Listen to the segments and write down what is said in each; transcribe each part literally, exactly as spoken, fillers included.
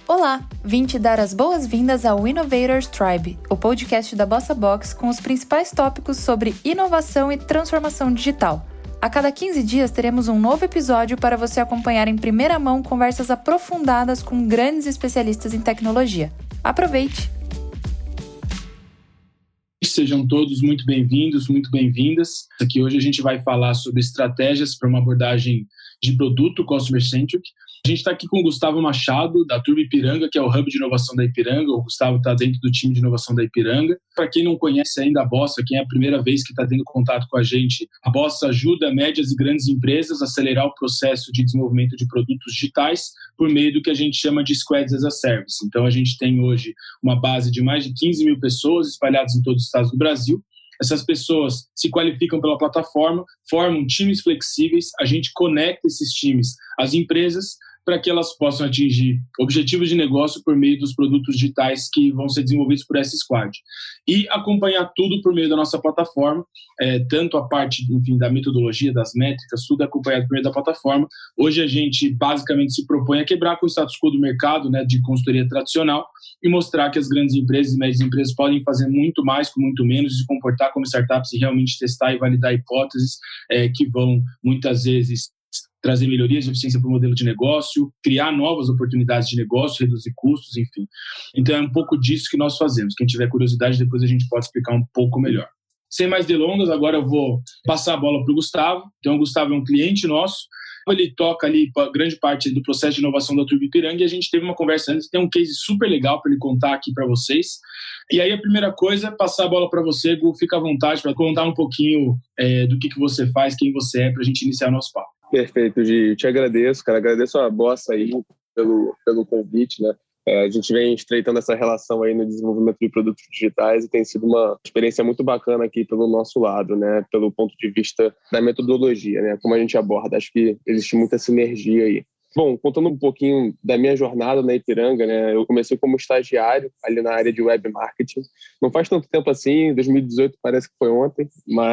Olá, vim te dar as boas-vindas ao Innovators Tribe, o podcast da BossaBox com os principais tópicos sobre inovação e transformação digital. A cada quinze dias teremos um novo episódio para você acompanhar em primeira mão conversas aprofundadas com grandes especialistas em tecnologia. Aproveite! Sejam todos muito bem-vindos, muito bem-vindas. Aqui hoje a gente vai falar sobre estratégias para uma abordagem de produto customer-centric. A gente está aqui com o Gustavo Machado, da Turbo Ipiranga, que é o hub de inovação da Ipiranga. O Gustavo está dentro do time de inovação da Ipiranga. Para quem não conhece ainda a Bossa, quem é a primeira vez que está tendo contato com a gente, a Bossa ajuda médias e grandes empresas a acelerar o processo de desenvolvimento de produtos digitais por meio do que a gente chama de Squads as a Service. Então, a gente tem hoje uma base de mais de quinze mil pessoas espalhadas em todos os estados do Brasil. Essas pessoas se qualificam pela plataforma, formam times flexíveis, a gente conecta esses times às empresas para que elas possam atingir objetivos de negócio por meio dos produtos digitais que vão ser desenvolvidos por essa squad. E acompanhar tudo por meio da nossa plataforma, é, tanto a parte, enfim, da metodologia, das métricas, tudo acompanhado por meio da plataforma. Hoje a gente basicamente se propõe a quebrar com o status quo do mercado, né, de consultoria tradicional e mostrar que as grandes empresas e médias empresas podem fazer muito mais com muito menos, se comportar como startups e realmente testar e validar hipóteses é, que vão, muitas vezes, trazer melhorias de eficiência para o modelo de negócio, criar novas oportunidades de negócio, reduzir custos, enfim. Então é um pouco disso que nós fazemos. Quem tiver curiosidade, depois a gente pode explicar um pouco melhor. Sem mais delongas, agora eu vou passar a bola para o Gustavo. Então o Gustavo é um cliente nosso. Ele toca ali grande parte do processo de inovação da Turbo Ipiranga e a gente teve uma conversa antes, tem um case super legal para ele contar aqui para vocês. E aí a primeira coisa é passar a bola para você, Gu, fica à vontade para contar um pouquinho é, do que, que você faz, quem você é, para a gente iniciar o nosso papo. Perfeito, Gi. Eu te agradeço, cara. Agradeço a Bossa aí pelo, pelo convite, né? É, a gente vem estreitando essa relação aí no desenvolvimento de produtos digitais e tem sido uma experiência muito bacana aqui pelo nosso lado, né? Pelo ponto de vista da metodologia, né? Como a gente aborda. Acho que existe muita sinergia aí. Bom, contando um pouquinho da minha jornada na Ipiranga, né? Eu comecei como estagiário ali na área de web marketing. Não faz tanto tempo assim, dois mil e dezoito parece que foi ontem,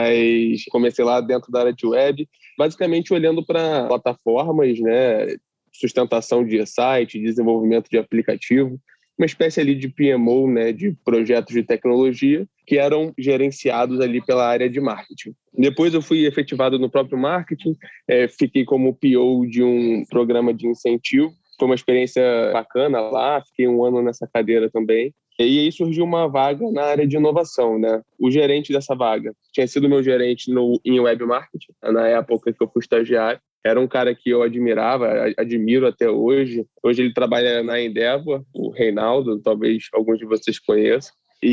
mas comecei lá dentro da área de web, basicamente olhando para plataformas, né? Sustentação de site, desenvolvimento de aplicativo, uma espécie ali de P M O, né, de projetos de tecnologia que eram gerenciados ali pela área de marketing. Depois eu fui efetivado no próprio marketing, é, fiquei como P O de um programa de incentivo, foi uma experiência bacana lá, fiquei um ano nessa cadeira também. E aí surgiu uma vaga na área de inovação, né? O gerente dessa vaga tinha sido meu gerente no, em web marketing, na época que eu fui estagiário. Era um cara que eu admirava, admiro até hoje. Hoje ele trabalha na Endeavor, o Reinaldo, talvez alguns de vocês conheçam. E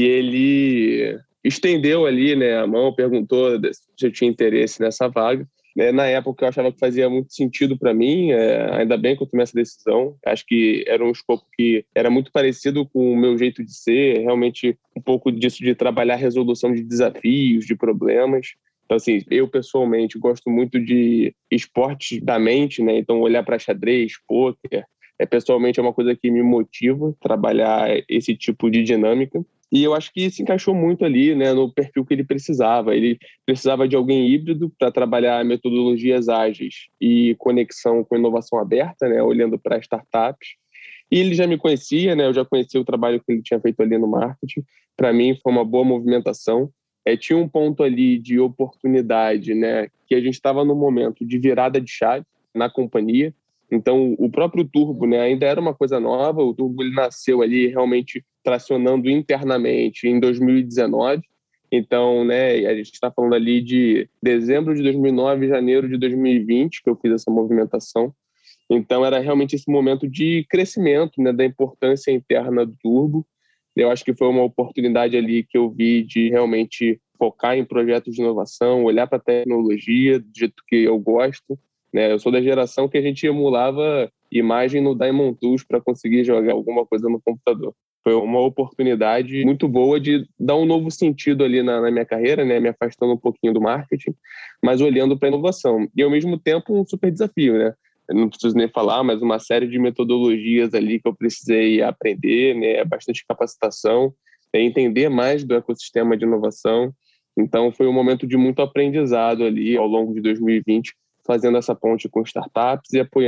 ele estendeu ali, né, a mão, perguntou se eu tinha interesse nessa vaga. Na época eu achava que fazia muito sentido para mim, é, ainda bem que eu tomei essa decisão. Acho que era um escopo que era muito parecido com o meu jeito de ser, realmente um pouco disso de trabalhar a resolução de desafios, de problemas. Então, assim, eu pessoalmente gosto muito de esportes da mente, né? Então, olhar para xadrez, pôquer, é, pessoalmente é uma coisa que me motiva trabalhar esse tipo de dinâmica. E eu acho que se encaixou muito ali, né, no perfil que ele precisava. Ele precisava de alguém híbrido para trabalhar metodologias ágeis e conexão com inovação aberta, né, olhando para startups. E ele já me conhecia, né, eu já conhecia o trabalho que ele tinha feito ali no marketing. Para mim, foi uma boa movimentação. É, tinha um ponto ali de oportunidade, né, que a gente estava num momento de virada de chave na companhia. Então, o próprio Turbo, né, ainda era uma coisa nova. O Turbo ele nasceu ali realmente tracionando internamente em dois mil e dezenove. Então, né, a gente está falando ali de dezembro de dois mil e nove, janeiro de dois mil e vinte, que eu fiz essa movimentação. Então, era realmente esse momento de crescimento, né, da importância interna do Turbo. Eu acho que foi uma oportunidade ali que eu vi de realmente focar em projetos de inovação, olhar para a tecnologia do jeito que eu gosto. Né? Eu sou da geração que a gente emulava imagem no Diamond Tools para conseguir jogar alguma coisa no computador. Foi uma oportunidade muito boa de dar um novo sentido ali na, na minha carreira, né? Me afastando um pouquinho do marketing, mas olhando para a inovação. E, ao mesmo tempo, um super desafio, né? Eu não preciso nem falar, mas uma série de metodologias ali que eu precisei aprender, né? Bastante capacitação, é entender mais do ecossistema de inovação. Então, foi um momento de muito aprendizado ali ao longo de dois mil e vinte, fazendo essa ponte com startups e apoiando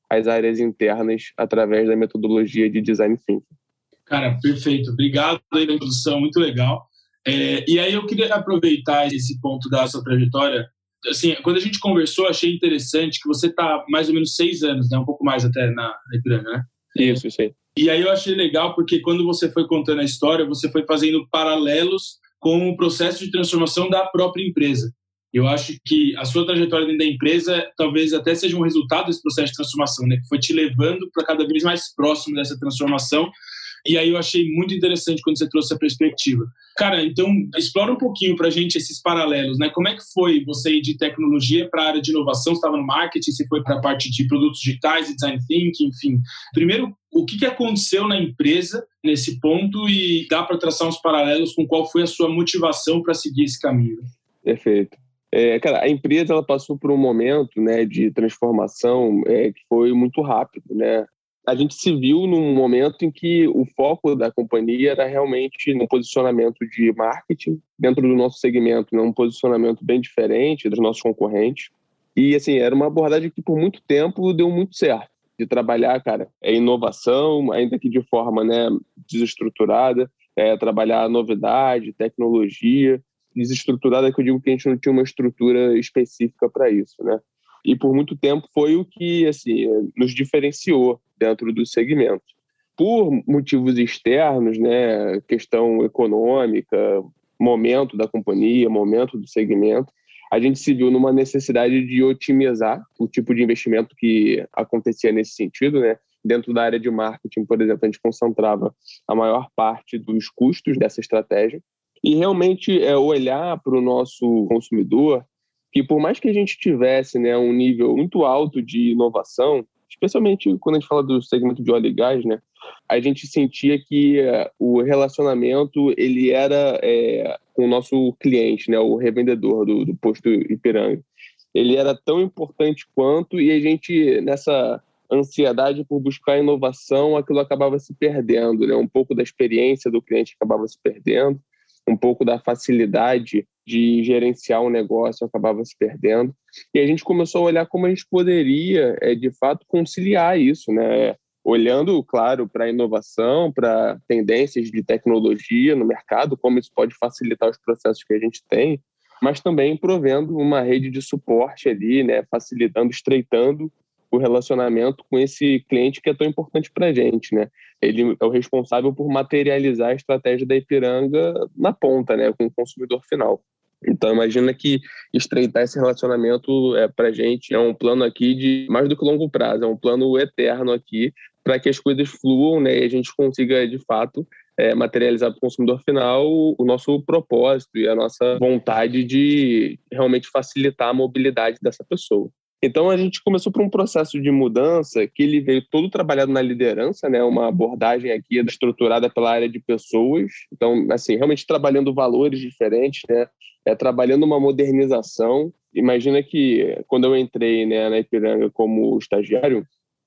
as áreas internas através da metodologia de Design Thinking. Cara, perfeito. Obrigado pela introdução, muito legal. É, e aí eu queria aproveitar esse ponto da sua trajetória. Assim, quando a gente conversou, achei interessante que você está mais ou menos seis anos, né? Um pouco mais até na, na Ipiranga, né? Isso, isso aí. E aí eu achei legal porque quando você foi contando a história, você foi fazendo paralelos com o processo de transformação da própria empresa. Eu acho que a sua trajetória dentro da empresa talvez até seja um resultado desse processo de transformação, né? Que foi te levando para cada vez mais próximo dessa transformação. E aí eu achei muito interessante quando você trouxe essa perspectiva. Cara, então explora um pouquinho para a gente esses paralelos, né? Como é que foi você ir de tecnologia para a área de inovação? Você estava no marketing, você foi para a parte de produtos digitais e design thinking, enfim. Primeiro, o que que aconteceu na empresa nesse ponto e dá para traçar uns paralelos com qual foi a sua motivação para seguir esse caminho? Perfeito. É, cara, a empresa ela passou por um momento, né, de transformação é, que foi muito rápido, né? A gente se viu num momento em que o foco da companhia era realmente no posicionamento de marketing dentro do nosso segmento, né? Um posicionamento bem diferente dos nossos concorrentes. E, assim, era uma abordagem que por muito tempo deu muito certo, de trabalhar, cara, é inovação, ainda que de forma, né, desestruturada, é, trabalhar novidade, tecnologia. Desestruturada que eu digo que a gente não tinha uma estrutura específica para isso, né? E por muito tempo foi o que, assim, nos diferenciou dentro do segmento. Por motivos externos, né, questão econômica, momento da companhia, momento do segmento, a gente se viu numa necessidade de otimizar o tipo de investimento que acontecia nesse sentido, né? Dentro da área de marketing, por exemplo, a gente concentrava a maior parte dos custos dessa estratégia e realmente é, olhar para o nosso consumidor que por mais que a gente tivesse, né, um nível muito alto de inovação, especialmente quando a gente fala do segmento de óleo e gás, né, a gente sentia que uh, o relacionamento ele era é, com o nosso cliente, né, o revendedor do, do posto Ipiranga. Ele era tão importante quanto e a gente, nessa ansiedade por buscar inovação, aquilo acabava se perdendo, né, um pouco da experiência do cliente acabava se perdendo, um pouco da facilidade de gerenciar um negócio acabava se perdendo. E a gente começou a olhar como a gente poderia, é, de fato, conciliar isso, né? Olhando, claro, para a inovação, para tendências de tecnologia no mercado, como isso pode facilitar os processos que a gente tem, mas também provendo uma rede de suporte ali, né? Facilitando, estreitando o relacionamento com esse cliente que é tão importante para a gente, né? Ele é o responsável por materializar a estratégia da Ipiranga na ponta, né? Com o consumidor final. Então, imagina que estreitar esse relacionamento é, para a gente é um plano aqui de mais do que longo prazo, é um plano eterno aqui para que as coisas fluam, né, e a gente consiga, de fato, é, materializar para o consumidor final o, o nosso propósito e a nossa vontade de realmente facilitar a mobilidade dessa pessoa. Então, a gente começou por um processo de mudança que ele veio todo trabalhado na liderança, né? Uma abordagem aqui estruturada pela área de pessoas. Então, assim, realmente trabalhando valores diferentes, né? É, trabalhando uma modernização. Imagina que quando eu entrei, né, na Ipiranga como estagiário,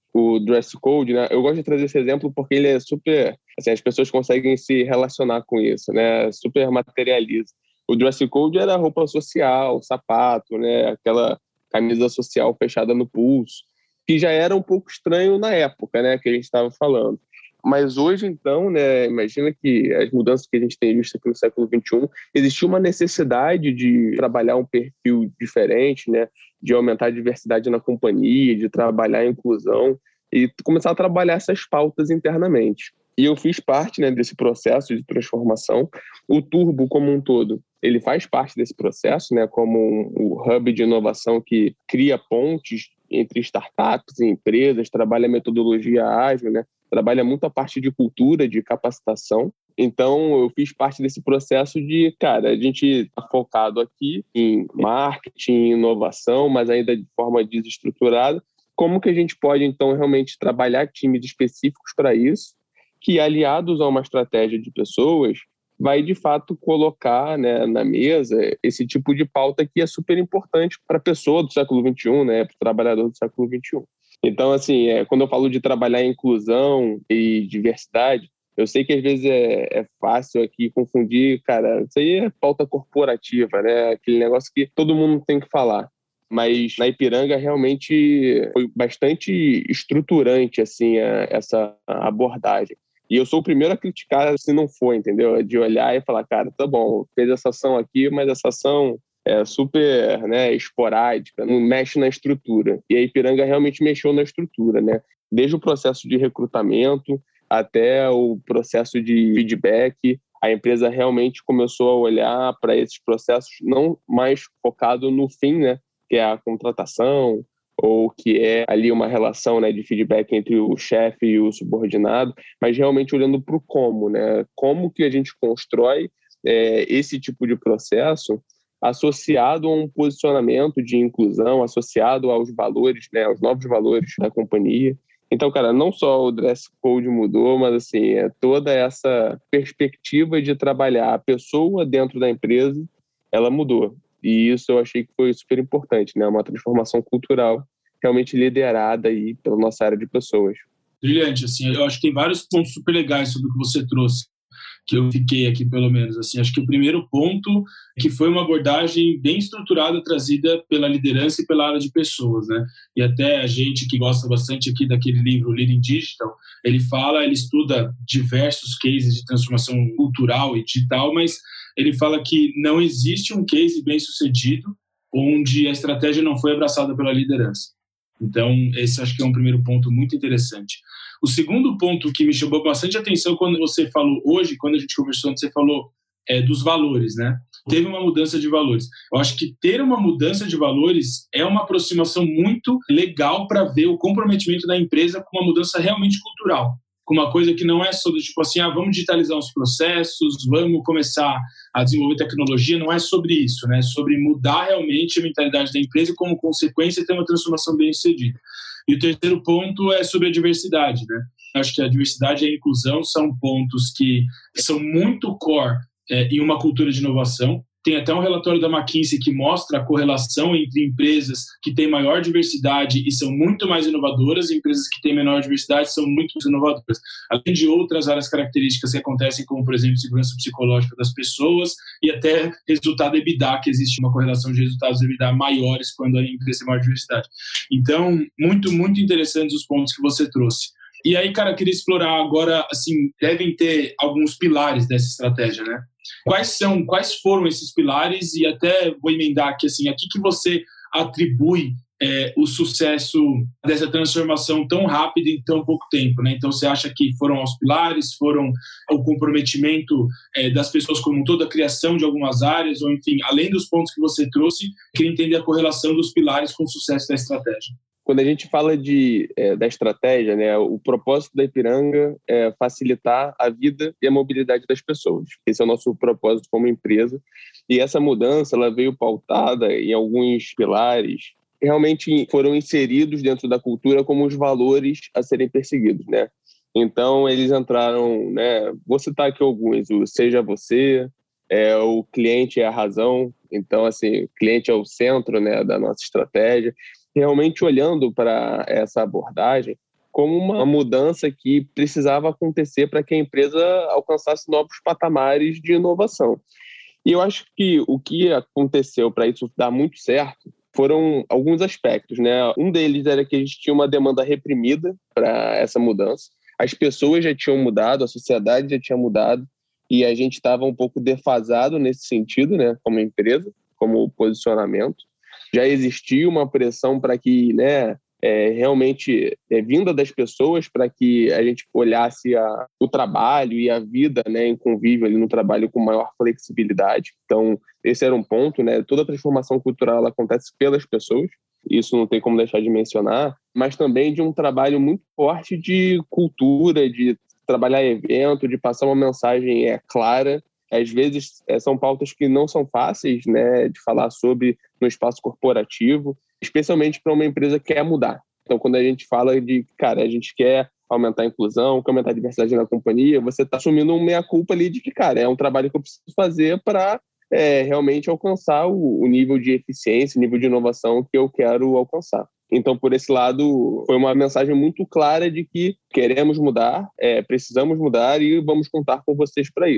o dress code, né? Eu gosto de trazer esse exemplo porque ele é super... Assim, as pessoas conseguem se relacionar com isso, né? Super materializa. O dress code era roupa social, sapato, né? Aquela camisa social fechada no pulso, que já era um pouco estranho na época, né, que a gente estava falando. Mas hoje, então, né, imagina que as mudanças que a gente tem visto aqui no século vinte e um, existiu uma necessidade de trabalhar um perfil diferente, né, de aumentar a diversidade na companhia, de trabalhar a inclusão e começar a trabalhar essas pautas internamente. E eu fiz parte, né, desse processo de transformação. O Turbo, como um todo, ele faz parte desse processo, né, como um, um hub de inovação que cria pontes entre startups e empresas, trabalha metodologia ágil, né, trabalha muito a parte de cultura, de capacitação. Então, eu fiz parte desse processo de, cara, a gente está focado aqui em marketing, inovação, mas ainda de forma desestruturada. Como que a gente pode, então, realmente trabalhar times específicos para isso, que, aliados a uma estratégia de pessoas, vai, de fato, colocar, né, na mesa esse tipo de pauta que é super importante para a pessoa do século vinte e um, né, para o trabalhador do século vinte e um. Então, assim, é, quando eu falo de trabalhar inclusão e diversidade, eu sei que às vezes é, é fácil aqui confundir, cara, isso aí é pauta corporativa, né, aquele negócio que todo mundo tem que falar. mas na Ipiranga realmente foi bastante estruturante assim, a, essa abordagem. E eu sou o primeiro a criticar se não for, entendeu? De olhar e falar, cara, tá bom, fez essa ação aqui, mas essa ação é super, né, esporádica, não mexe na estrutura. E a Ipiranga realmente mexeu na estrutura, né? Desde o processo de recrutamento até o processo de feedback, a empresa realmente começou a olhar para esses processos não mais focado no fim, né, que é a contratação, ou que é ali uma relação, né, de feedback entre o chefe e o subordinado, mas realmente olhando para o como, né? Como que a gente constrói é, esse tipo de processo associado a um posicionamento de inclusão, associado aos valores, né, aos novos valores da companhia. Então, cara, não só o dress code mudou, mas assim, é toda essa perspectiva de trabalhar a pessoa dentro da empresa, ela mudou. E isso eu achei que foi super importante, né? Uma transformação cultural realmente liderada aí pela nossa área de pessoas. Brilhante, assim, eu acho que tem vários pontos super legais sobre o que você trouxe, que eu fiquei aqui pelo menos, assim, acho que o primeiro ponto que foi uma abordagem bem estruturada trazida pela liderança e pela área de pessoas, né? E até a gente que gosta bastante aqui daquele livro Leading Digital, ele fala, ele estuda diversos cases de transformação cultural e digital, mas ele fala que não existe um case bem sucedido onde a estratégia não foi abraçada pela liderança. Então, esse acho que é um primeiro ponto muito interessante. O segundo ponto que me chamou bastante atenção quando você falou hoje, quando a gente conversou, você falou é, dos valores, né? Teve uma mudança de valores. Eu acho que ter uma mudança de valores é uma aproximação muito legal para ver o comprometimento da empresa com uma mudança realmente cultural, com uma coisa que não é só do tipo assim, ah, vamos digitalizar os processos, vamos começar a desenvolver tecnologia, não é sobre isso, né? É sobre mudar realmente a mentalidade da empresa e, como consequência, ter uma transformação bem-sucedida. E o terceiro ponto é sobre a diversidade, né? Acho que a diversidade e a inclusão são pontos que são muito core é, em uma cultura de inovação. Tem até um relatório da McKinsey que mostra a correlação entre empresas que têm maior diversidade e são muito mais inovadoras e empresas que têm menor diversidade são muito mais inovadoras. Além de outras áreas características que acontecem, como, por exemplo, segurança psicológica das pessoas e até resultado EBITDA, que existe uma correlação de resultados EBITDA maiores quando a empresa tem maior diversidade. Então, muito, muito interessantes os pontos que você trouxe. E aí, cara, eu queria explorar agora, assim, devem ter alguns pilares dessa estratégia, né? Quais são, quais foram esses pilares? E até vou emendar aqui, assim, a que que você atribui é, o sucesso dessa transformação tão rápida em tão pouco tempo, né? Então, você acha que foram os pilares, foram o comprometimento é, das pessoas como um todo, a criação de algumas áreas, ou enfim, além dos pontos que você trouxe, queria entender a correlação dos pilares com o sucesso da estratégia. Quando a gente fala de, é, da estratégia, né, o propósito da Ipiranga é facilitar a vida e a mobilidade das pessoas. Esse é o nosso propósito como empresa. E essa mudança ela veio pautada em alguns pilares que realmente foram inseridos dentro da cultura como os valores a serem perseguidos, né? Então, eles entraram, né, vou citar aqui alguns, o Seja Você, é, o cliente é a razão. Então, assim, o cliente é o centro, né, da nossa estratégia. Realmente olhando para essa abordagem como uma mudança que precisava acontecer para que a empresa alcançasse novos patamares de inovação. E eu acho que o que aconteceu para isso dar muito certo foram alguns aspectos, né? Um deles era que a gente tinha uma demanda reprimida para essa mudança. As pessoas já tinham mudado, a sociedade já tinha mudado e a gente estava um pouco defasado nesse sentido, né? Como empresa, como posicionamento. Já existia uma pressão para que, né, é, realmente, é, vinda das pessoas, para que a gente olhasse a, o trabalho e a vida, né, em convívio ali no trabalho com maior flexibilidade. Então, esse era um ponto, né? Toda a transformação cultural ela acontece pelas pessoas, isso não tem como deixar de mencionar, mas também de um trabalho muito forte de cultura, de trabalhar evento, de passar uma mensagem é, clara. Às vezes, são pautas que não são fáceis, né, de falar sobre no espaço corporativo, especialmente para uma empresa que quer mudar. Então, quando a gente fala de, cara, a gente quer aumentar a inclusão, quer aumentar a diversidade na companhia, você está assumindo uma meia-culpa ali de que, cara, é um trabalho que eu preciso fazer para é, realmente alcançar o, o nível de eficiência, o nível de inovação que eu quero alcançar. Então, por esse lado, foi uma mensagem muito clara de que queremos mudar, é, precisamos mudar e vamos contar com vocês para isso.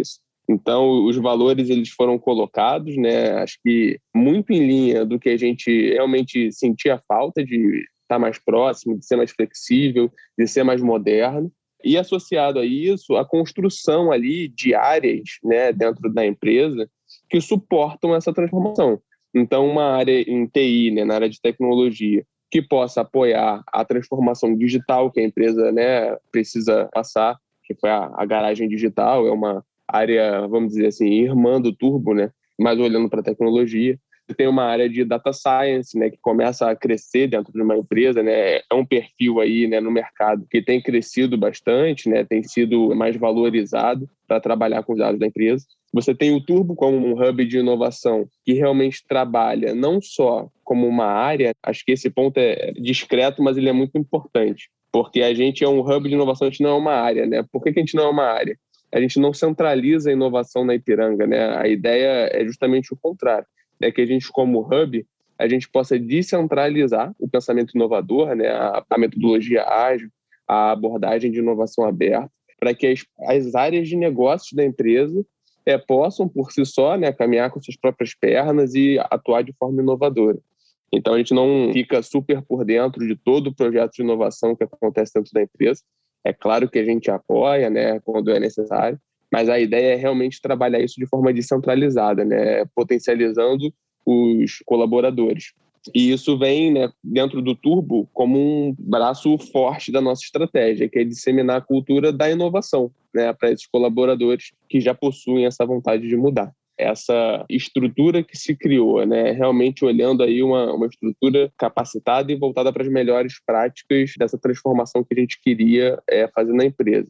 Então, os valores eles foram colocados, né? Acho que muito em linha do que a gente realmente sentia falta de estar mais próximo, de ser mais flexível, de ser mais moderno. E associado a isso, a construção ali de áreas, né, dentro da empresa que suportam essa transformação. Então, uma área em T I, né, na área de tecnologia, que possa apoiar a transformação digital que a empresa, né, precisa passar, que foi a, a garagem digital, é uma área, vamos dizer assim, irmã do Turbo, né, mas olhando para a tecnologia. Tem uma área de data science, né, que começa a crescer dentro de uma empresa, né, é um perfil aí, né, no mercado que tem crescido bastante, né, tem sido mais valorizado para trabalhar com os dados da empresa. Você tem o Turbo como um hub de inovação que realmente trabalha não só como uma área, acho que esse ponto é discreto, mas ele é muito importante, porque a gente é um hub de inovação, a gente não é uma área, né? Por que que a gente não é uma área? A gente não centraliza a inovação na Ipiranga, né? A ideia é justamente o contrário, é que a gente, como hub, a gente possa descentralizar o pensamento inovador, né? A, a metodologia ágil, a abordagem de inovação aberta, para que as, as áreas de negócios da empresa É, possam, por si só, né, caminhar com suas próprias pernas e atuar de forma inovadora. Então, a gente não fica super por dentro de todo o projeto de inovação que acontece dentro da empresa. É claro que a gente apoia, né, quando é necessário, mas a ideia é realmente trabalhar isso de forma descentralizada, né, potencializando os colaboradores. E isso vem, né, dentro do Turbo como um braço forte da nossa estratégia, que é disseminar a cultura da inovação, né, para esses colaboradores que já possuem essa vontade de mudar. Essa estrutura que se criou, né, realmente olhando aí uma, uma estrutura capacitada e voltada para as melhores práticas dessa transformação que a gente queria é, fazer na empresa,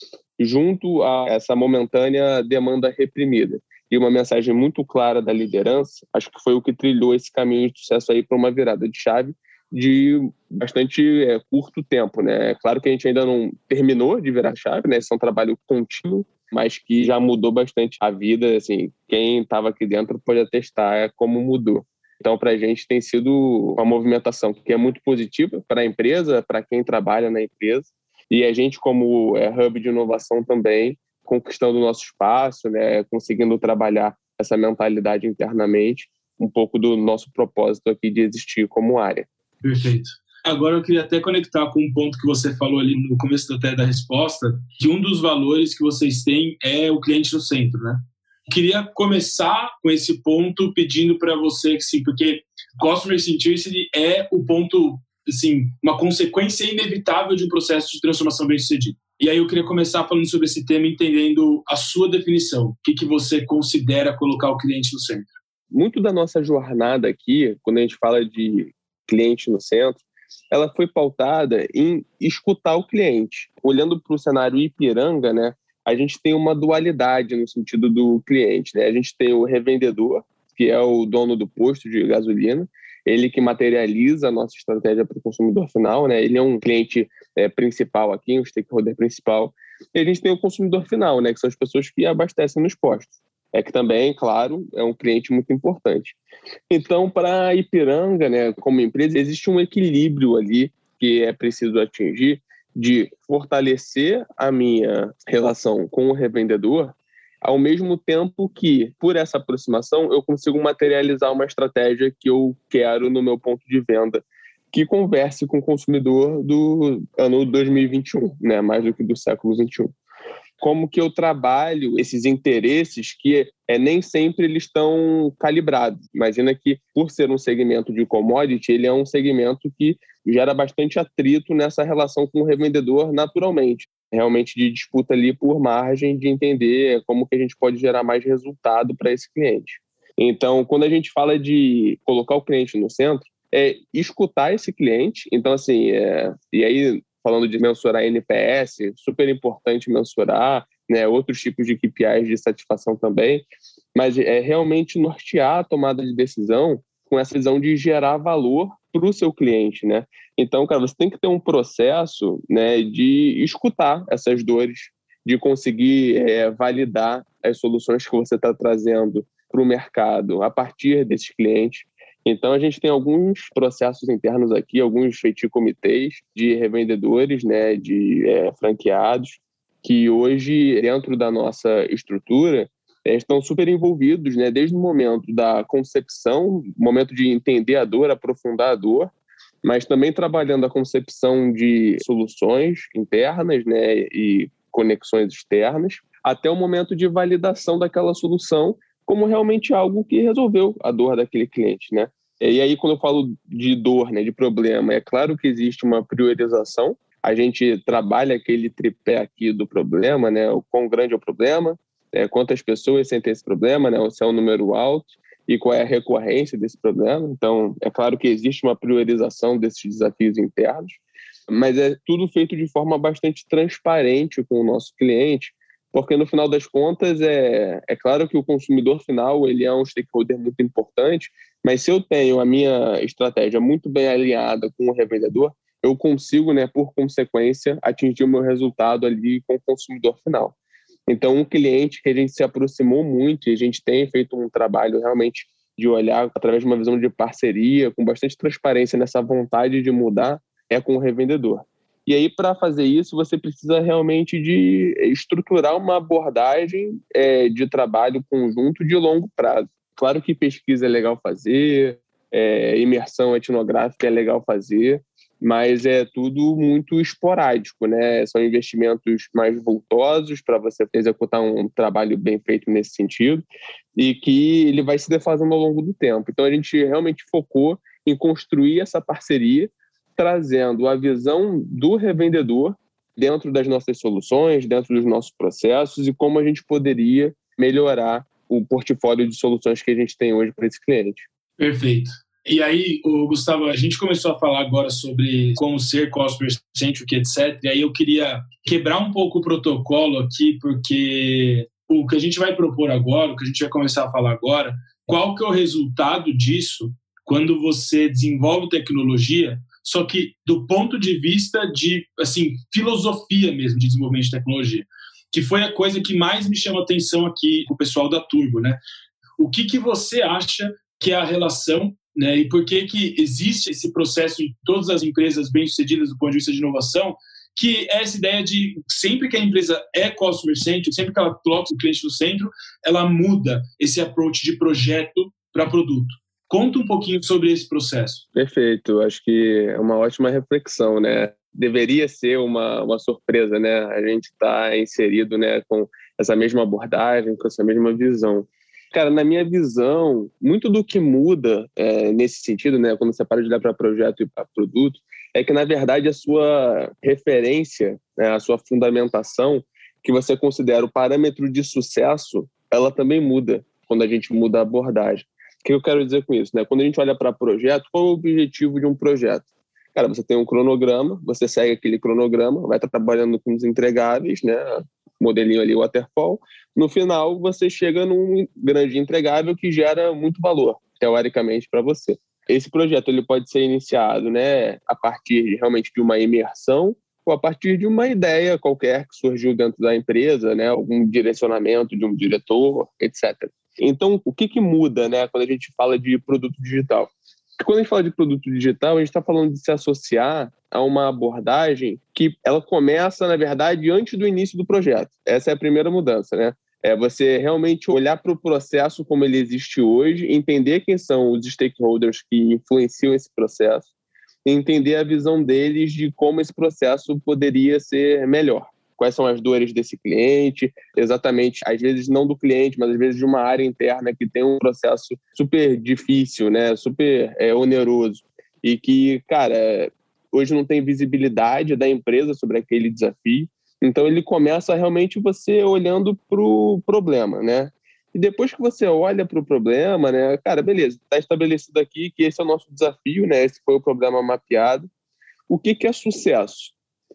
junto a essa momentânea demanda reprimida. E uma mensagem muito clara da liderança, acho que foi o que trilhou esse caminho de sucesso aí para uma virada de chave de bastante é, curto tempo, né? É claro que a gente ainda não terminou de virar chave, né? Esse é um trabalho contínuo, mas que já mudou bastante a vida, assim, quem estava aqui dentro pode atestar como mudou. Então, para a gente tem sido uma movimentação que é muito positiva para a empresa, para quem trabalha na empresa, e a gente, como é, hub de inovação também, conquistando o nosso espaço, né, conseguindo trabalhar essa mentalidade internamente, um pouco do nosso propósito aqui de existir como área. Perfeito. Agora eu queria até conectar com um ponto que você falou ali no começo até da resposta, que um dos valores que vocês têm é o cliente no centro, né? Queria começar com esse ponto pedindo para você, assim, porque Customer Centricity é o ponto, assim, uma consequência inevitável de um processo de transformação bem-sucedido. E aí eu queria começar falando sobre esse tema, entendendo a sua definição. O que, que você considera colocar o cliente no centro? Muito da nossa jornada aqui, quando a gente fala de cliente no centro, ela foi pautada em escutar o cliente. Olhando para o cenário Ipiranga, né, a gente tem uma dualidade no sentido do cliente, né? A gente tem o revendedor, que é o dono do posto de gasolina, ele que materializa a nossa estratégia para o consumidor final, né? Ele é um cliente é, principal aqui, um stakeholder principal. E a gente tem o consumidor final, né? Que são as pessoas que abastecem nos postos. É que também, claro, é um cliente muito importante. Então, para a Ipiranga, né, como empresa, existe um equilíbrio ali que é preciso atingir de fortalecer a minha relação com o revendedor, ao mesmo tempo que, por essa aproximação, eu consigo materializar uma estratégia que eu quero no meu ponto de venda, que converse com o consumidor do ano dois mil e vinte e um, né? Mais do que do século vinte e um. Como que eu trabalho esses interesses que é, nem sempre eles estão calibrados. Imagina que, por ser um segmento de commodity, ele é um segmento que gera bastante atrito nessa relação com o revendedor naturalmente. Realmente de disputa ali por margem, de entender como que a gente pode gerar mais resultado para esse cliente. Então, quando a gente fala de colocar o cliente no centro, é escutar esse cliente. Então, assim, é, e aí, falando de mensurar N P S, super importante mensurar, né, outros tipos de K P Is de satisfação também, mas é realmente nortear a tomada de decisão com essa visão de gerar valor para o seu cliente, né? Então, cara, você tem que ter um processo, né, de escutar essas dores, de conseguir é, validar as soluções que você está trazendo para o mercado a partir desses clientes. Então, a gente tem alguns processos internos aqui, alguns feiti comitês de revendedores, né, de é, franqueados, que hoje, dentro da nossa estrutura, é, estão super envolvidos, né, desde o momento da concepção, momento de entender a dor, aprofundar a dor, mas também trabalhando a concepção de soluções internas, né, e conexões externas, até o momento de validação daquela solução como realmente algo que resolveu a dor daquele cliente, né? E aí, quando eu falo de dor, né, de problema, é claro que existe uma priorização. A gente trabalha aquele tripé aqui do problema, né? O quão grande é o problema, é, quantas pessoas sentem esse problema, né? Se é um número alto e qual é a recorrência desse problema. Então, é claro que existe uma priorização desses desafios internos, mas é tudo feito de forma bastante transparente com o nosso cliente, porque no final das contas é, é claro que o consumidor final ele é um stakeholder muito importante, mas se eu tenho a minha estratégia muito bem alinhada com o revendedor, eu consigo, né, por consequência, atingir o meu resultado ali com o consumidor final. Então, um cliente que a gente se aproximou muito e a gente tem feito um trabalho realmente de olhar através de uma visão de parceria, com bastante transparência nessa vontade de mudar, é com o revendedor. E aí, para fazer isso, você precisa realmente de estruturar uma abordagem é, de trabalho conjunto de longo prazo. Claro que pesquisa é legal fazer, é, imersão etnográfica é legal fazer, mas é tudo muito esporádico, né? São investimentos mais vultosos para você executar um trabalho bem feito nesse sentido e que ele vai se defasando ao longo do tempo. Então, a gente realmente focou em construir essa parceria, trazendo a visão do revendedor dentro das nossas soluções, dentro dos nossos processos e como a gente poderia melhorar o portfólio de soluções que a gente tem hoje para esse cliente. Perfeito. E aí, o Gustavo, a gente começou a falar agora sobre como ser customer-centric, etcétera. E aí eu queria quebrar um pouco o protocolo aqui, porque o que a gente vai propor agora, o que a gente vai começar a falar agora, qual que é o resultado disso quando você desenvolve tecnologia, só que do ponto de vista de, assim, filosofia mesmo de desenvolvimento de tecnologia, que foi a coisa que mais me chamou a atenção aqui com o pessoal da Turbo, né? O que, que você acha que é a relação, né? E por que que existe esse processo em todas as empresas bem-sucedidas do ponto de vista de inovação, que é essa ideia de sempre que a empresa é customer-centric, sempre que ela coloca o cliente no centro, ela muda esse approach de projeto para produto. Conta um pouquinho sobre esse processo. Perfeito, acho que é uma ótima reflexão, né? Deveria ser uma, uma surpresa, né? A gente está inserido, né, com essa mesma abordagem, com essa mesma visão. Cara, na minha visão, muito do que muda é, nesse sentido, né, quando você para de olhar para projeto e para produto, é que, na verdade, a sua referência, né, a sua fundamentação, que você considera o parâmetro de sucesso, ela também muda quando a gente muda a abordagem. O que eu quero dizer com isso? Né? Quando a gente olha para projeto, qual é o objetivo de um projeto? Cara, você tem um cronograma, você segue aquele cronograma, vai estar trabalhando com os entregáveis, né? Modelinho ali, waterfall. No final, você chega num grande entregável que gera muito valor, teoricamente, para você. Esse projeto ele pode ser iniciado, né, a partir de, realmente de uma imersão ou a partir de uma ideia qualquer que surgiu dentro da empresa, né, algum direcionamento de um diretor, etcétera. Então, o que, que muda, né, quando a gente fala de produto digital? Quando a gente fala de produto digital, a gente está falando de se associar a uma abordagem que ela começa, na verdade, antes do início do projeto. Essa é a primeira mudança, né? É você realmente olhar para o processo como ele existe hoje, entender quem são os stakeholders que influenciam esse processo e entender a visão deles de como esse processo poderia ser melhor. Quais são as dores desse cliente, exatamente, às vezes não do cliente, mas às vezes de uma área interna que tem um processo super difícil, né, super é, oneroso, e que, cara, hoje não tem visibilidade da empresa sobre aquele desafio. Então, ele começa realmente você olhando para o problema, né? E depois que você olha para o problema, né, cara, beleza, está estabelecido aqui que esse é o nosso desafio, né, esse foi o problema mapeado. O que, que é sucesso?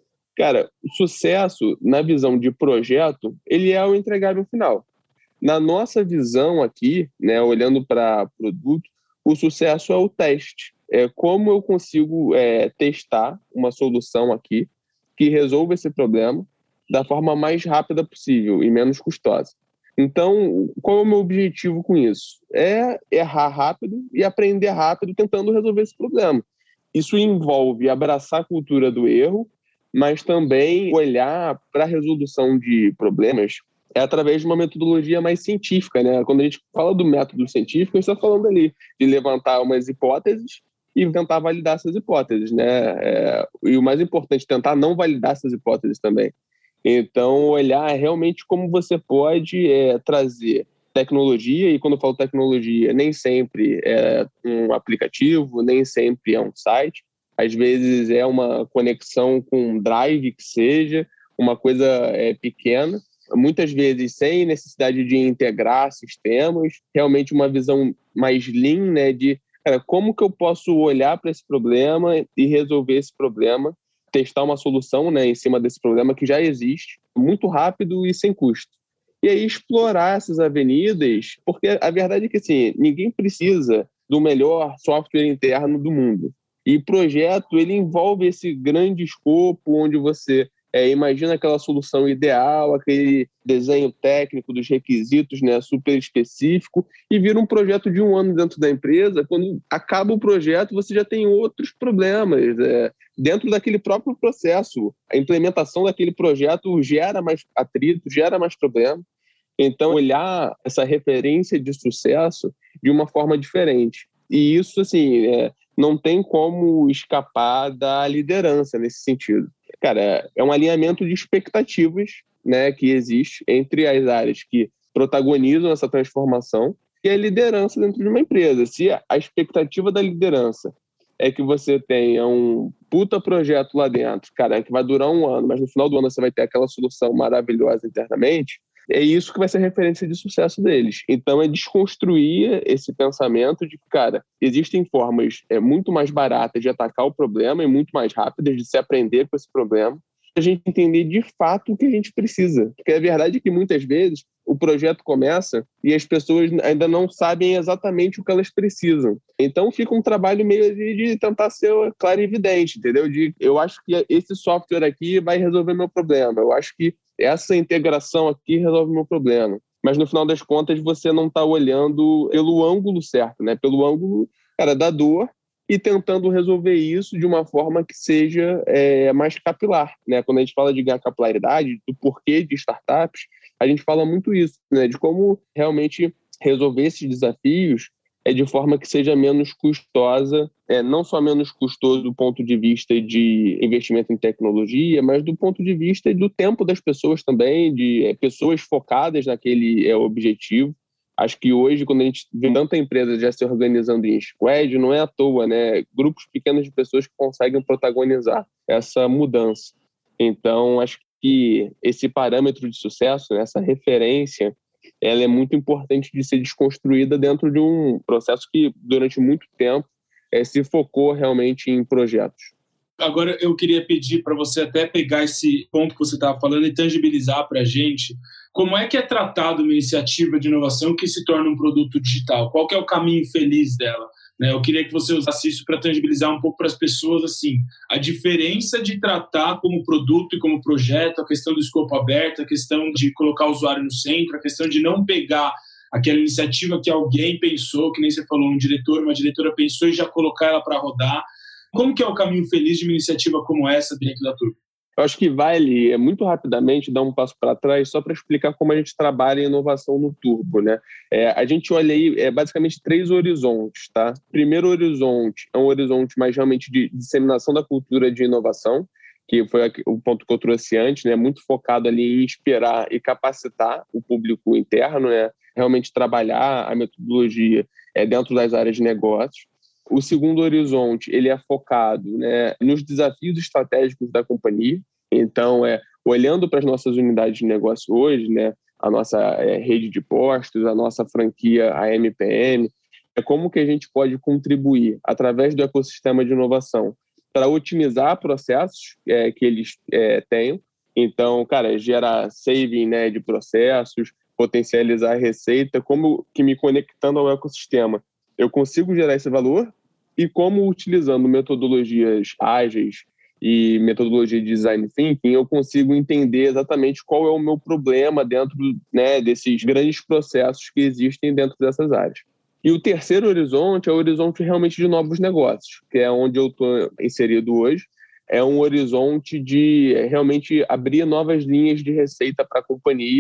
Cara, o sucesso, na visão de projeto, ele é o entregável final. Na nossa visão aqui, né, olhando para produto, o sucesso é o teste. É como eu consigo é, testar uma solução aqui que resolva esse problema da forma mais rápida possível e menos custosa. Então, qual é o meu objetivo com isso? É errar rápido e aprender rápido tentando resolver esse problema. Isso envolve abraçar a cultura do erro, mas também olhar para a resolução de problemas é através de uma metodologia mais científica, né? Quando a gente fala do método científico, a gente está falando ali de levantar umas hipóteses e tentar validar essas hipóteses, né? É, e o mais importante, tentar não validar essas hipóteses também. Então, olhar realmente como você pode é, trazer tecnologia, e quando eu falo tecnologia, nem sempre é um aplicativo, nem sempre é um site, às vezes é uma conexão com um drive que seja, uma coisa é, pequena, muitas vezes sem necessidade de integrar sistemas, realmente uma visão mais lean, né, de cara, como que eu posso olhar para esse problema e resolver esse problema, testar uma solução, né, em cima desse problema que já existe, muito rápido e sem custo. E aí explorar essas avenidas, porque a verdade é que assim, ninguém precisa do melhor software interno do mundo. E projeto, ele envolve esse grande escopo onde você é, imagina aquela solução ideal, aquele desenho técnico dos requisitos, né, super específico, e vira um projeto de um ano dentro da empresa. Quando acaba o projeto, você já tem outros problemas. É, dentro daquele próprio processo, a implementação daquele projeto gera mais atrito, gera mais problema. Então, olhar essa referência de sucesso de uma forma diferente. E isso, assim, é, não tem como escapar da liderança nesse sentido. Cara, é um alinhamento de expectativas, né, que existe entre as áreas que protagonizam essa transformação e a liderança dentro de uma empresa. Se a expectativa da liderança é que você tenha um puta projeto lá dentro, cara, que vai durar um ano, mas no final do ano você vai ter aquela solução maravilhosa internamente, é isso que vai ser a referência de sucesso deles. Então, é desconstruir esse pensamento de que, cara, existem formas é, muito mais baratas de atacar o problema e muito mais rápidas de se aprender com esse problema, a gente entender de fato o que a gente precisa. Porque a verdade é que, muitas vezes, o projeto começa e as pessoas ainda não sabem exatamente o que elas precisam. Então, fica um trabalho meio de, de tentar ser claro e evidente, entendeu? De, eu acho que esse software aqui vai resolver meu problema. Eu acho que essa integração aqui resolve o meu problema. Mas, no final das contas, você não está olhando pelo ângulo certo, né? Pelo ângulo, cara, da dor e tentando resolver isso de uma forma que seja é, mais capilar, né? Quando a gente fala de ganhar capilaridade, do porquê de startups, a gente fala muito isso, né? De como realmente resolver esses desafios é de forma que seja menos custosa, é, não só menos custoso do ponto de vista de investimento em tecnologia, mas do ponto de vista do tempo das pessoas também, de é, pessoas focadas naquele é, objetivo. Acho que hoje, quando a gente vê tanta empresa já se organizando em squad, não é à toa, né? Grupos pequenos de pessoas que conseguem protagonizar essa mudança. Então, acho que esse parâmetro de sucesso, né, essa referência, ela é muito importante de ser desconstruída dentro de um processo que, durante muito tempo, é, se focou realmente em projetos. Agora, eu queria pedir para você até pegar esse ponto que você estava falando e tangibilizar para a gente como é que é tratado uma iniciativa de inovação que se torna um produto digital. Qual que é o caminho feliz dela? Né? Eu queria que você usasse isso para tangibilizar um pouco para as pessoas assim, a diferença de tratar como produto e como projeto, a questão do escopo aberto, a questão de colocar o usuário no centro, a questão de não pegar aquela iniciativa que alguém pensou, que nem você falou, um diretor, uma diretora pensou e já colocar ela para rodar. Como que é o caminho feliz de uma iniciativa como essa dentro da Turbo? Eu acho que vale, é, muito rapidamente, dar um passo para trás só para explicar como a gente trabalha em inovação no Turbo, né? É, a gente olha aí é, basicamente três horizontes, tá? O primeiro horizonte é um horizonte mais realmente de disseminação da cultura de inovação, que foi o ponto que eu trouxe antes, né? Muito focado ali em inspirar e capacitar o público interno, né? Realmente trabalhar a metodologia é, dentro das áreas de negócios. O segundo horizonte, ele é focado, né, nos desafios estratégicos da companhia. Então, é, olhando para as nossas unidades de negócio hoje, né, a nossa é, rede de postos, a nossa franquia, a M P M, é como que a gente pode contribuir através do ecossistema de inovação para otimizar processos é, que eles é, tenham. Então, cara, gerar saving, né, de processos, potencializar a receita, como que me conectando ao ecossistema eu consigo gerar esse valor e como, utilizando metodologias ágeis e metodologia de design thinking, eu consigo entender exatamente qual é o meu problema dentro, né, desses grandes processos que existem dentro dessas áreas. E o terceiro horizonte é o horizonte realmente de novos negócios, que é onde eu estou inserido hoje. É um horizonte de realmente abrir novas linhas de receita para a companhia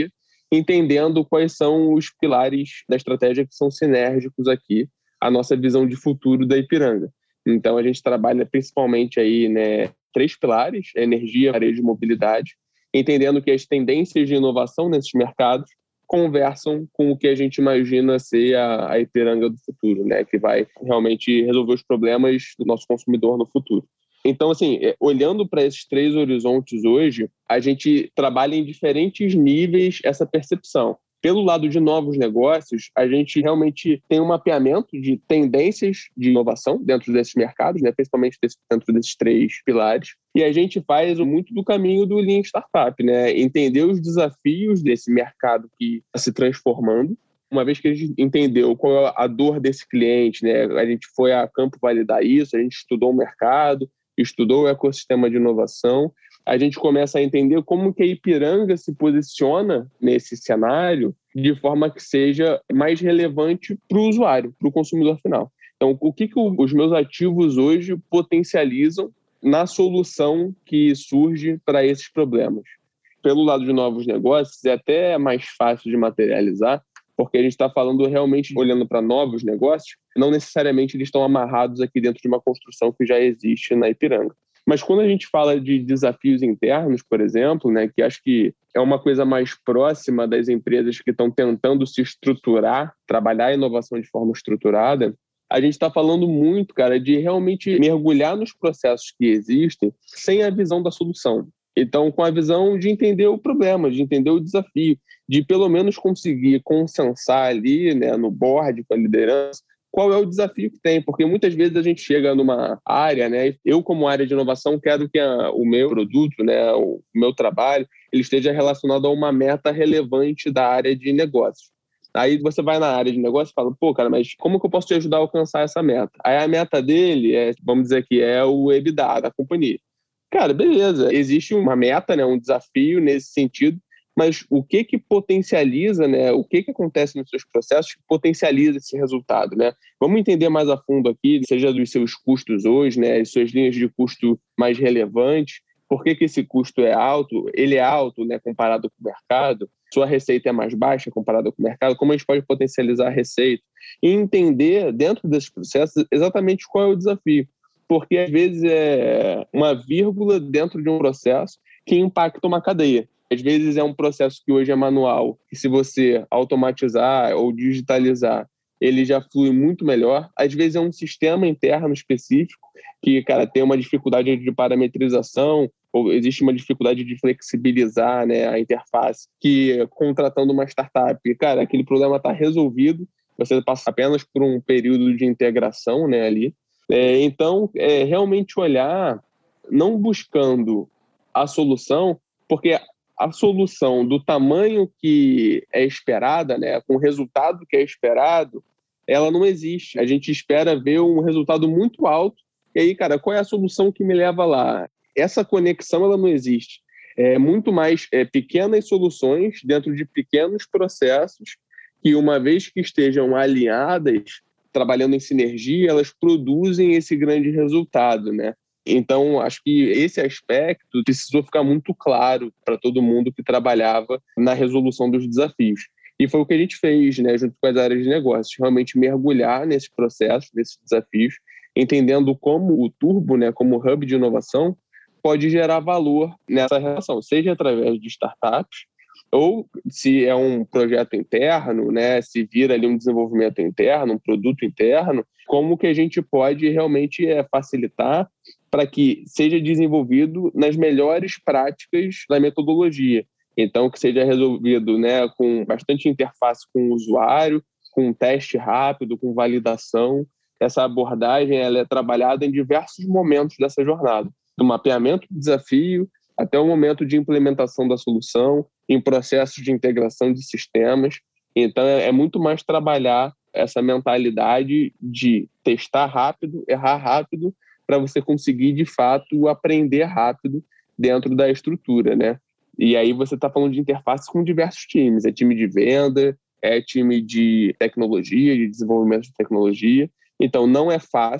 entendendo quais são os pilares da estratégia que são sinérgicos aqui à nossa visão de futuro da Ipiranga. Então, a gente trabalha principalmente aí, né, três pilares: energia, varejo e mobilidade, entendendo que as tendências de inovação nesses mercados conversam com o que a gente imagina ser a, a Ipiranga do futuro, né, que vai realmente resolver os problemas do nosso consumidor no futuro. Então, assim, olhando para esses três horizontes hoje, a gente trabalha em diferentes níveis essa percepção. Pelo lado de novos negócios, a gente realmente tem um mapeamento de tendências de inovação dentro desses mercados, né, principalmente desse, dentro desses três pilares. E a gente faz muito do caminho do Lean Startup, né, entender os desafios desse mercado que está se transformando. Uma vez que a gente entendeu qual é a dor desse cliente, né, a gente foi a campo validar isso, a gente estudou o mercado, estudou o ecossistema de inovação, a gente começa a entender como que a Ipiranga se posiciona nesse cenário de forma que seja mais relevante para o usuário, para o consumidor final. Então, o que, que os meus ativos hoje potencializam na solução que surge para esses problemas? Pelo lado de novos negócios, é até mais fácil de materializar, porque a gente está falando realmente, olhando para novos negócios, não necessariamente eles estão amarrados aqui dentro de uma construção que já existe na Ipiranga. Mas quando a gente fala de desafios internos, por exemplo, né, que acho que é uma coisa mais próxima das empresas que estão tentando se estruturar, trabalhar a inovação de forma estruturada, a gente está falando muito, cara, de realmente mergulhar nos processos que existem sem a visão da solução. Então, com a visão de entender o problema, de entender o desafio, de pelo menos conseguir consensar ali, né, no board, com a liderança, qual é o desafio que tem, porque muitas vezes a gente chega numa área, né, eu como área de inovação quero que a, o meu produto, né, o meu trabalho, ele esteja relacionado a uma meta relevante da área de negócios. Aí você vai na área de negócio e fala, pô, cara, mas como que eu posso te ajudar a alcançar essa meta? Aí a meta dele, é, vamos dizer que é o EBITDA da companhia. Cara, beleza, existe uma meta, né, um desafio nesse sentido, mas o que que potencializa, né, o que que acontece nos seus processos que potencializa esse resultado, né? Vamos entender mais a fundo aqui, seja dos seus custos hoje, né, as suas linhas de custo mais relevantes, por que que esse custo é alto, ele é alto, né, comparado com o mercado, sua receita é mais baixa comparada com o mercado, como a gente pode potencializar a receita e entender dentro desses processos exatamente qual é o desafio. Porque às vezes é uma vírgula dentro de um processo que impacta uma cadeia. Às vezes é um processo que hoje é manual, e se você automatizar ou digitalizar, ele já flui muito melhor. Às vezes é um sistema interno específico que, cara, tem uma dificuldade de parametrização, ou existe uma dificuldade de flexibilizar, né, a interface, que contratando uma startup, cara, aquele problema está resolvido, você passa apenas por um período de integração, né, ali. É, então, é realmente olhar, não buscando a solução, porque a solução do tamanho que é esperada, né, com o resultado que é esperado, ela não existe. A gente espera ver um resultado muito alto, e aí, cara, qual é a solução que me leva lá? Essa conexão, ela não existe. É muito mais é, pequenas soluções dentro de pequenos processos que, uma vez que estejam alinhadas, trabalhando em sinergia, elas produzem esse grande resultado, né? Então, acho que esse aspecto precisou ficar muito claro para todo mundo que trabalhava na resolução dos desafios. E foi o que a gente fez, né, junto com as áreas de negócios, realmente mergulhar nesse processo, nesses desafios, entendendo como o Turbo, né, como hub de inovação, pode gerar valor nessa relação, seja através de startups, ou se é um projeto interno, né, se vira ali um desenvolvimento interno, um produto interno, como que a gente pode realmente é, facilitar para que seja desenvolvido nas melhores práticas da metodologia. Então, que seja resolvido, né, com bastante interface com o usuário, com um teste rápido, com validação. Essa abordagem ela é trabalhada em diversos momentos dessa jornada, do mapeamento do desafio até o momento de implementação da solução, em processos de integração de sistemas. Então, é muito mais trabalhar essa mentalidade de testar rápido, errar rápido, para você conseguir, de fato, aprender rápido dentro da estrutura, né? E aí você está falando de interface com diversos times. É time de venda, é time de tecnologia, de desenvolvimento de tecnologia. Então, não é fácil,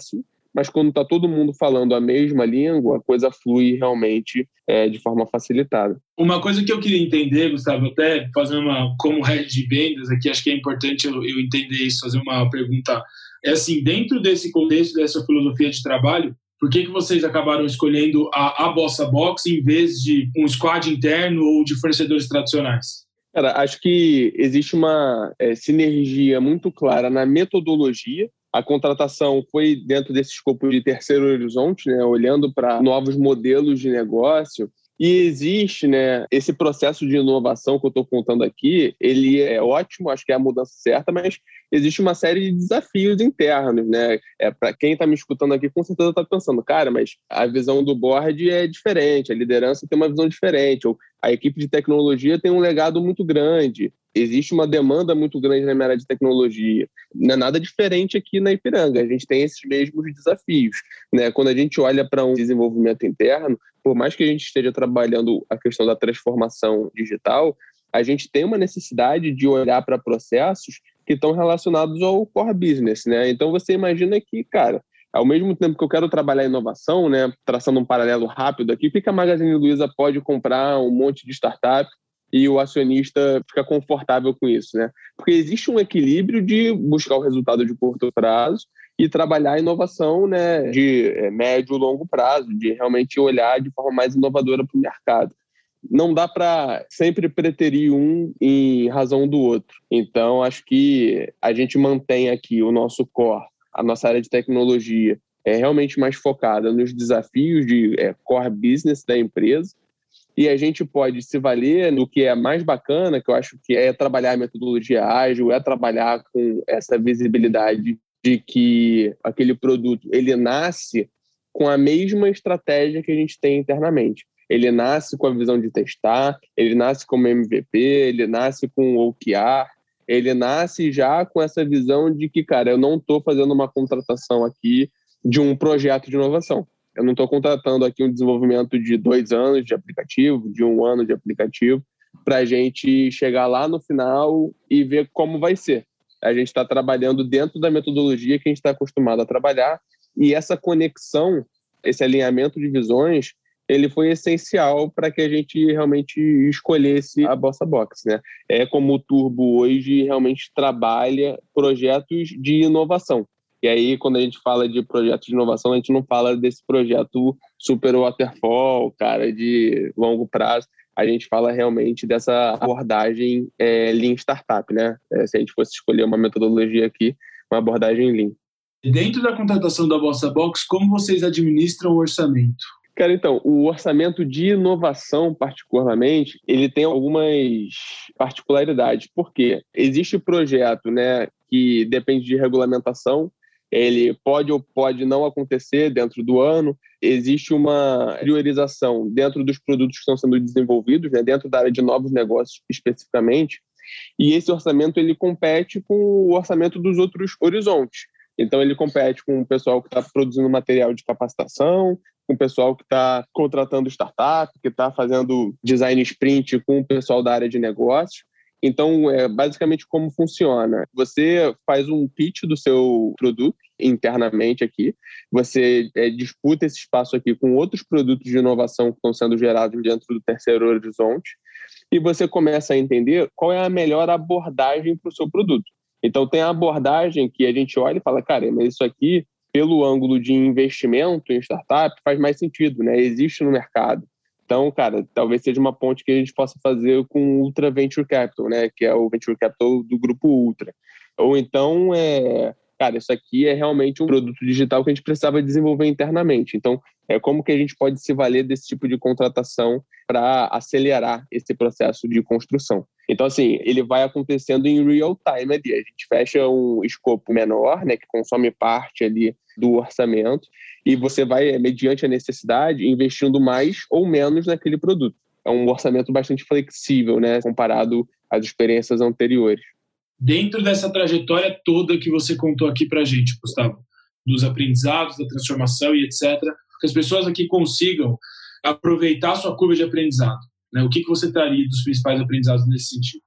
mas quando está todo mundo falando a mesma língua, a coisa flui realmente é, de forma facilitada. Uma coisa que eu queria entender, Gustavo, até fazendo uma, como head de vendas aqui, acho que é importante eu, eu entender isso, fazer uma pergunta, é assim, dentro desse contexto, dessa filosofia de trabalho, por que, que vocês acabaram escolhendo a, a Bossa Box em vez de um squad interno ou de fornecedores tradicionais? Cara, acho que existe uma é, sinergia muito clara na metodologia. A contratação foi dentro desse escopo de terceiro horizonte, né, olhando para novos modelos de negócio. E existe, né, esse processo de inovação que eu estou contando aqui, ele é ótimo, acho que é a mudança certa, mas existe uma série de desafios internos, né? É, para quem está me escutando aqui, com certeza está pensando, cara, mas a visão do board é diferente, a liderança tem uma visão diferente, ou a equipe de tecnologia tem um legado muito grande, existe uma demanda muito grande na minha área de tecnologia. Não é nada diferente aqui na Ipiranga, a gente tem esses mesmos desafios, né? Quando a gente olha para um desenvolvimento interno, por mais que a gente esteja trabalhando a questão da transformação digital, a gente tem uma necessidade de olhar para processos que estão relacionados ao core business, né? Então você imagina que, cara, ao mesmo tempo que eu quero trabalhar inovação, né, traçando um paralelo rápido aqui, por que a Magazine Luiza pode comprar um monte de startup e o acionista fica confortável com isso, né? Porque existe um equilíbrio de buscar o resultado de curto prazo e trabalhar a inovação, né, de médio e longo prazo, de realmente olhar de forma mais inovadora para o mercado. Não dá para sempre preterir um em razão do outro. Então, acho que a gente mantém aqui o nosso core, a nossa área de tecnologia, é realmente mais focada nos desafios de é, core business da empresa, e a gente pode se valer no que é mais bacana, que eu acho que é trabalhar a metodologia ágil, é trabalhar com essa visibilidade de que aquele produto ele nasce com a mesma estratégia que a gente tem internamente. Ele nasce com a visão de testar, ele nasce como M V P, ele nasce com o O K R, ele nasce já com essa visão de que, cara, eu não estou fazendo uma contratação aqui de um projeto de inovação. Eu não estou contratando aqui um desenvolvimento de dois anos de aplicativo, de um ano de aplicativo, para a gente chegar lá no final e ver como vai ser. A gente está trabalhando dentro da metodologia que a gente está acostumado a trabalhar, e essa conexão, esse alinhamento de visões, ele foi essencial para que a gente realmente escolhesse a Bossa Box, né? É como o Turbo hoje realmente trabalha projetos de inovação. E aí, quando a gente fala de projetos de inovação, a gente não fala desse projeto super waterfall, cara, de longo prazo. A gente fala realmente dessa abordagem é, Lean Startup, né? É, se a gente fosse escolher uma metodologia aqui, uma abordagem Lean. Dentro da contratação da Bossa Box, como vocês administram o orçamento? Cara, então, o orçamento de inovação, particularmente, ele tem algumas particularidades. Por quê? Existe projeto, né, que depende de regulamentação, ele pode ou pode não acontecer dentro do ano. Existe uma priorização dentro dos produtos que estão sendo desenvolvidos, né, dentro da área de novos negócios especificamente, e esse orçamento ele compete com o orçamento dos outros horizontes. Então, ele compete com o pessoal que está produzindo material de capacitação, com o pessoal que está contratando startup, que está fazendo design sprint com o pessoal da área de negócios. Então, é basicamente como funciona. Você faz um pitch do seu produto internamente aqui, você é, disputa esse espaço aqui com outros produtos de inovação que estão sendo gerados dentro do terceiro horizonte, e você começa a entender qual é a melhor abordagem para o seu produto. Então, tem a abordagem que a gente olha e fala, cara, mas isso aqui, pelo ângulo de investimento em startup, faz mais sentido, né? Existe no mercado. Então, cara, talvez seja uma ponte que a gente possa fazer com o Ultra Venture Capital, né? Que é o Venture Capital do Grupo Ultra. Ou então, é, cara, isso aqui é realmente um produto digital que a gente precisava desenvolver internamente. Então, é como que a gente pode se valer desse tipo de contratação para acelerar esse processo de construção. Então, assim, ele vai acontecendo em real time ali. A gente fecha um escopo menor, né, que consome parte ali do orçamento, e você vai, mediante a necessidade, investindo mais ou menos naquele produto. É um orçamento bastante flexível, né, comparado às experiências anteriores. Dentro dessa trajetória toda que você contou aqui para a gente, Gustavo, dos aprendizados, da transformação e etcétera, que as pessoas aqui consigam aproveitar a sua curva de aprendizado, né? O que, que você traria dos principais aprendizados nesse sentido?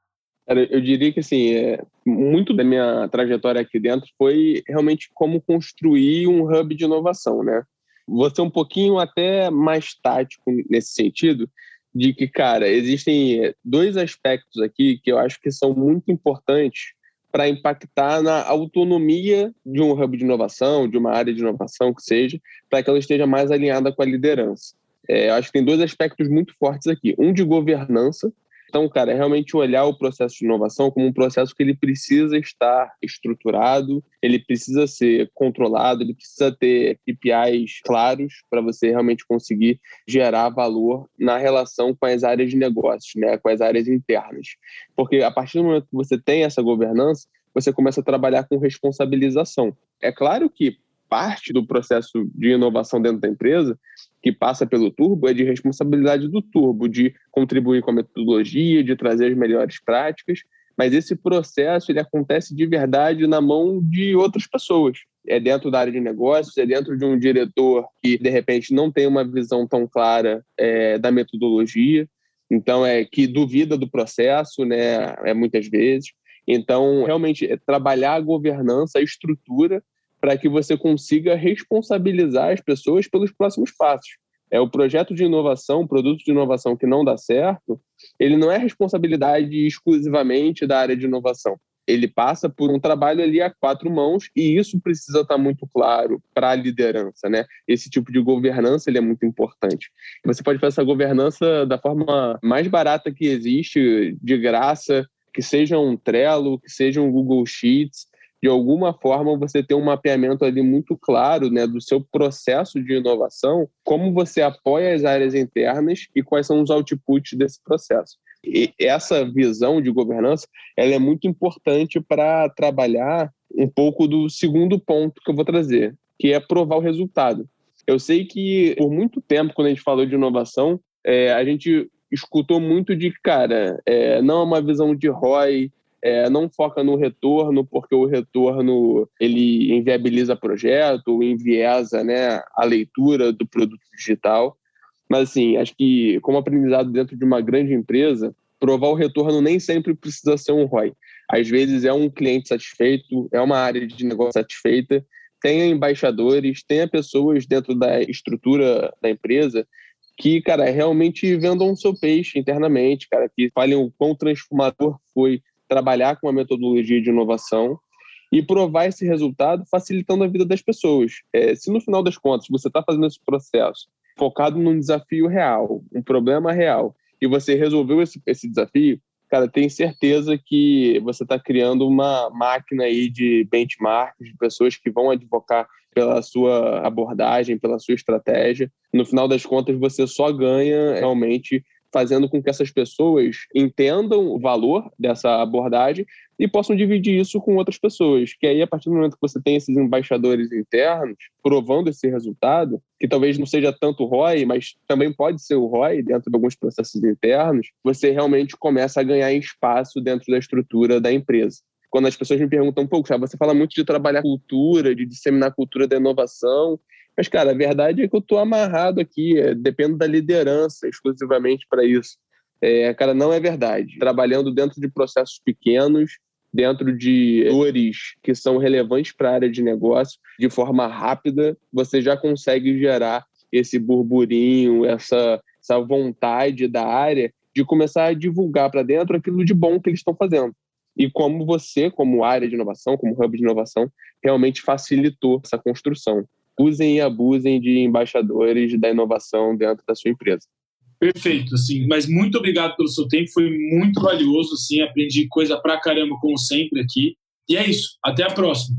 Cara, eu diria que, assim, é, muito da minha trajetória aqui dentro foi realmente como construir um hub de inovação, né? Vou ser um pouquinho até mais tático nesse sentido, de que, cara, existem dois aspectos aqui que eu acho que são muito importantes para impactar na autonomia de um hub de inovação, de uma área de inovação que seja, para que ela esteja mais alinhada com a liderança. É, eu acho que tem dois aspectos muito fortes aqui. Um de governança. Então, cara, é realmente olhar o processo de inovação como um processo que ele precisa estar estruturado, ele precisa ser controlado, ele precisa ter K P Is claros para você realmente conseguir gerar valor na relação com as áreas de negócios, né, com as áreas internas. Porque a partir do momento que você tem essa governança, você começa a trabalhar com responsabilização. É claro que parte do processo de inovação dentro da empresa, que passa pelo Turbo, é de responsabilidade do Turbo, de contribuir com a metodologia, de trazer as melhores práticas, mas esse processo ele acontece de verdade na mão de outras pessoas. É dentro da área de negócios, é dentro de um diretor que, de repente, não tem uma visão tão clara é, da metodologia, então é que duvida do processo, né, é, muitas vezes. Então, realmente, é trabalhar a governança, a estrutura, para que você consiga responsabilizar as pessoas pelos próximos passos. É, o projeto de inovação, o produto de inovação que não dá certo, ele não é responsabilidade exclusivamente da área de inovação. Ele passa por um trabalho ali a quatro mãos e isso precisa estar muito claro para a liderança, né? Esse tipo de governança ele é muito importante. Você pode fazer essa governança da forma mais barata que existe, de graça, que seja um Trello, que seja um Google Sheets. De alguma forma, você tem um mapeamento ali muito claro, né, do seu processo de inovação, como você apoia as áreas internas e quais são os outputs desse processo. E essa visão de governança ela é muito importante para trabalhar um pouco do segundo ponto que eu vou trazer, que é provar o resultado. Eu sei que, por muito tempo, quando a gente falou de inovação, é, a gente escutou muito de, cara, é, não é uma visão de R O I, É, não foca no retorno, porque o retorno ele inviabiliza projeto, enviesa, né, a leitura do produto digital. Mas, assim, acho que, como aprendizado dentro de uma grande empresa, provar o retorno nem sempre precisa ser um R O I. Às vezes é um cliente satisfeito, é uma área de negócio satisfeita, tenha embaixadores, tenha pessoas dentro da estrutura da empresa que, cara, realmente vendam o seu peixe internamente, cara, que falem o quão transformador foi trabalhar com a metodologia de inovação e provar esse resultado facilitando a vida das pessoas. É, se no final das contas você está fazendo esse processo focado num desafio real, um problema real, e você resolveu esse, esse desafio, cara, tem certeza que você está criando uma máquina aí de benchmarks, de pessoas que vão advocar pela sua abordagem, pela sua estratégia. No final das contas, você só ganha realmente fazendo com que essas pessoas entendam o valor dessa abordagem e possam dividir isso com outras pessoas. Que aí, a partir do momento que você tem esses embaixadores internos provando esse resultado, que talvez não seja tanto R O I, mas também pode ser o R O I dentro de alguns processos internos, você realmente começa a ganhar espaço dentro da estrutura da empresa. Quando as pessoas me perguntam, pô, você fala muito de trabalhar cultura, de disseminar a cultura da inovação, mas, cara, a verdade é que eu estou amarrado aqui, é, dependo da liderança exclusivamente para isso. É, cara, não é verdade. Trabalhando dentro de processos pequenos, dentro de dores que são relevantes para a área de negócio, de forma rápida, você já consegue gerar esse burburinho, essa, essa vontade da área de começar a divulgar para dentro aquilo de bom que eles estão fazendo. E como você, como área de inovação, como hub de inovação, realmente facilitou essa construção. Usem e abusem de embaixadores da inovação dentro da sua empresa. Perfeito, assim, mas muito obrigado pelo seu tempo, foi muito valioso, assim, aprendi coisa pra caramba, como sempre, aqui. E é isso, até a próxima.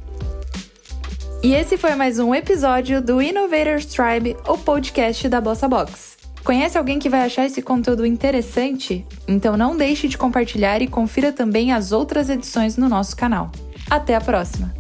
E esse foi mais um episódio do Innovators Tribe, o podcast da Bossa Box. Conhece alguém que vai achar esse conteúdo interessante? Então não deixe de compartilhar e confira também as outras edições no nosso canal. Até a próxima!